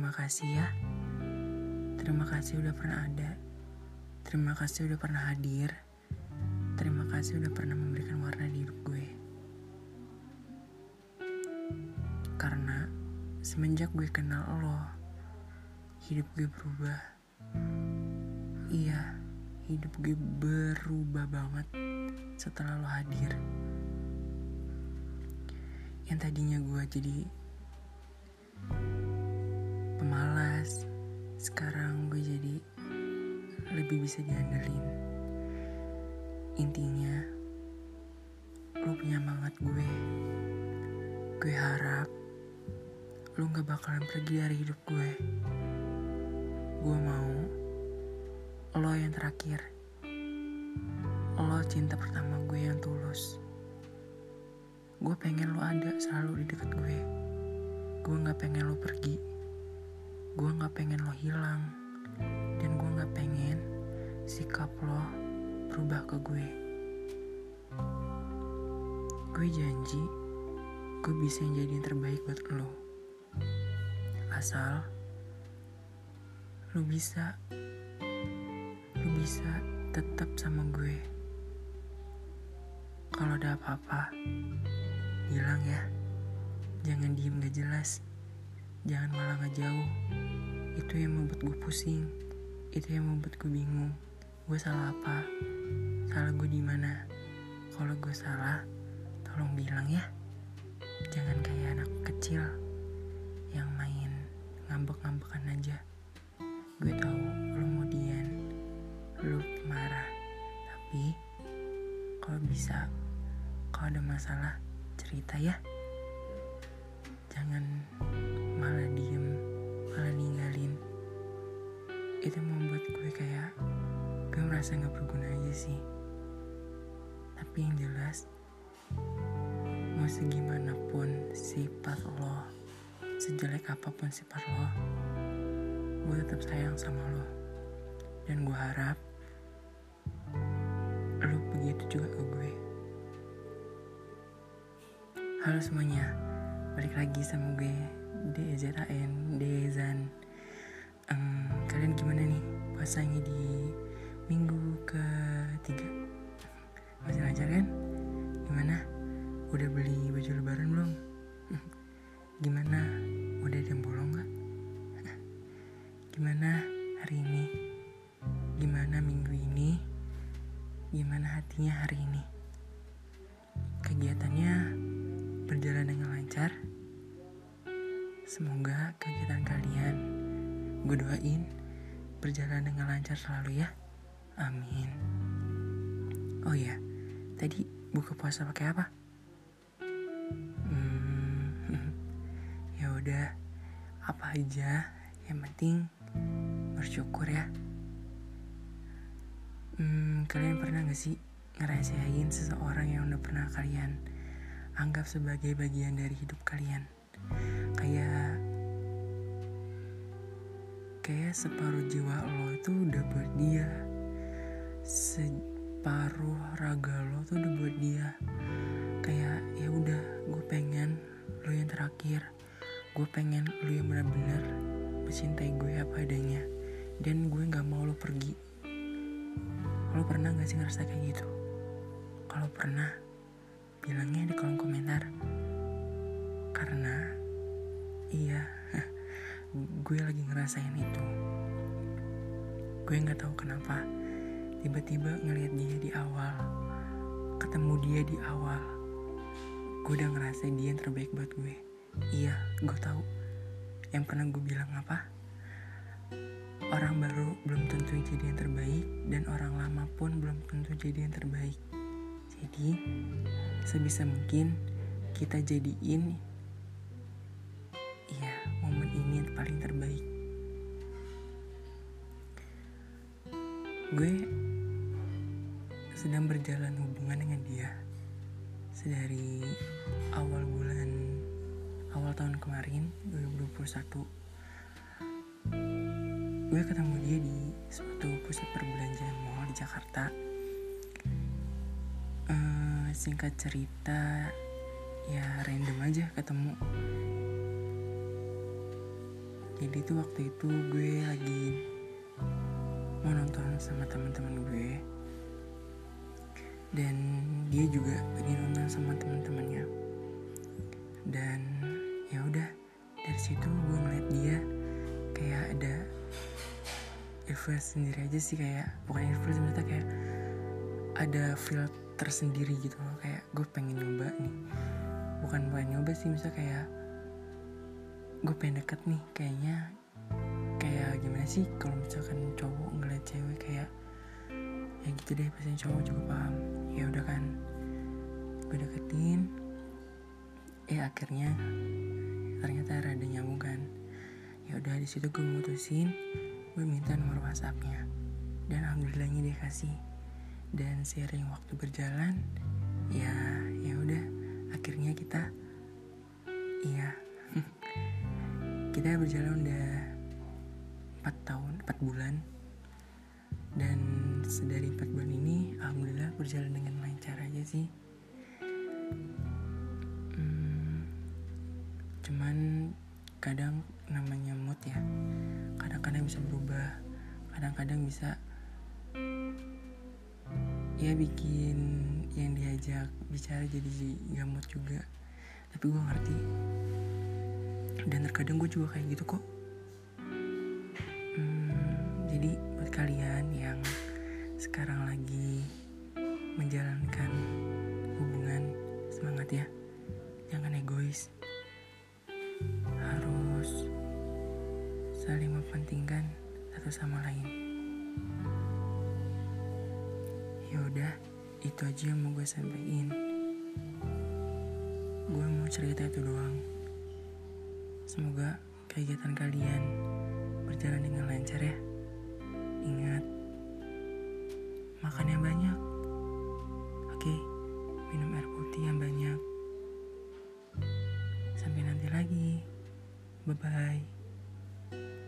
Terima kasih ya. Terima kasih udah pernah ada. Terima kasih udah pernah hadir. Terima kasih udah pernah memberikan warna di hidup gue. Karena semenjak gue kenal lo, hidup gue berubah. Iya, hidup gue berubah banget setelah lo hadir. Yang tadinya gue jadi pemalas, sekarang gue jadi lebih bisa diandelin. Intinya, lo penyemangat gue. Gue harap lo gak bakalan pergi dari hidup gue. Gue mau lo yang terakhir. Lo cinta pertama gue yang tulus. Gue pengen lo ada selalu di dekat gue. Gue gak pengen lo pergi. Gue gak pengen lo hilang. Dan gue gak pengen sikap lo berubah ke gue. Gue janji gue bisa jadi yang terbaik buat lo. Asal lo bisa tetap sama gue. Kalau ada apa-apa, bilang ya. Jangan diem gak jelas. Jangan malah gak jauh. Itu yang membuat gue pusing. Itu yang membuat gue bingung. Gue salah apa? Salah gue di mana? Kalau gue salah, tolong bilang ya. Jangan kayak anak kecil yang main ngambek-ngambekan aja. Gue tahu lo mau dian, lo marah. Tapi kalau bisa, kalau ada masalah, cerita ya. Jangan malah diem, malah ninggalin. Itu membuat gue kayak gue merasa gak berguna aja sih. Tapi yang jelas, mau segimanapun sifat lo, sejelek apapun sifat lo, gue tetap sayang sama lo. Dan gue harap lo begitu juga ke gue. Halo semuanya, balik lagi sama gue Dezan. Kalian gimana nih puasanya di minggu ke-3? Masih lancar kan? Gimana? Udah beli baju lebaran belum? Gimana? Udah ada yang bolong gak? Gimana hari ini? Gimana minggu ini? Gimana hatinya hari ini? Kegiatannya berjalan dengan lancar? Semoga kegiatan kalian, gue doain, berjalan dengan lancar selalu ya. Amin. Oh iya, tadi buka puasa pakai apa? Ya udah, apa aja, yang penting bersyukur ya. Kalian pernah gak sih ngerasain seseorang yang udah pernah kalian anggap sebagai bagian dari hidup kalian? Kayak separuh jiwa lo itu udah buat dia, separuh raga lo tuh udah buat dia. Kayak ya udah, gue pengen lo yang terakhir. Gue pengen lo yang benar-benar mencintai gue apa adanya. Dan gue gak mau lo pergi. Lo pernah gak sih ngerasa kayak gitu? Kalau pernah, bilangnya di kolom komentar. Karena iya, gue lagi ngerasain itu. Gue gak tahu kenapa tiba-tiba ngelihat dia di awal, ketemu dia di awal, gue udah ngerasain dia yang terbaik buat gue. Iya, gue tahu. Yang pernah gue bilang apa? Orang baru belum tentu jadi yang terbaik, dan orang lama pun belum tentu jadi yang terbaik. Jadi sebisa mungkin kita jadiin momen ini yang paling terbaik. Gue sedang berjalan hubungan dengan dia sedari awal tahun kemarin 2021. Gue ketemu dia di suatu pusat perbelanjaan mall di Jakarta. Singkat cerita, ya random aja ketemu. Jadi tuh waktu itu gue lagi mau nonton sama teman-teman gue, dan dia juga lagi nonton sama teman-temannya. Dan ya udah, dari situ gue ngeliat dia kayak ada influence sendiri aja sih, kayak bukan influence, ternyata kayak ada feel tersendiri gitu loh. Kayak gue pengen nyoba nih, bukan nyoba sih, misalnya kayak gue pengen deket nih, kayaknya kayak gimana sih kalau misalkan cowok ngeliat cewek, kayak ya gitu deh, pasti cowok juga paham. Ya udah kan, gue deketin, akhirnya ternyata rada nyambung kan. Ya udah, di situ gue mutusin, gue minta nomor WhatsAppnya, dan alhamdulillahnya dia kasih. Dan seiring waktu berjalan, ya udah, akhirnya kita kita berjalan udah 4 bulan. Dan dari 4 bulan ini alhamdulillah berjalan dengan lancar aja sih. Cuman kadang namanya mood ya, kadang-kadang bisa berubah, kadang-kadang bisa ya bikin yang diajak bicara jadi gak mood juga. Tapi gue ngerti, dan terkadang gue juga kayak gitu kok. Jadi buat kalian yang sekarang lagi menjalankan hubungan, semangat ya, jangan egois, harus saling mementingkan satu sama lain. Ya udah, itu aja yang mau gue sampaikan. Gue mau cerita itu doang. Semoga kegiatan kalian berjalan dengan lancar ya. Ingat, makan yang banyak. Oke, minum air putih yang banyak. Sampai nanti lagi. Bye-bye.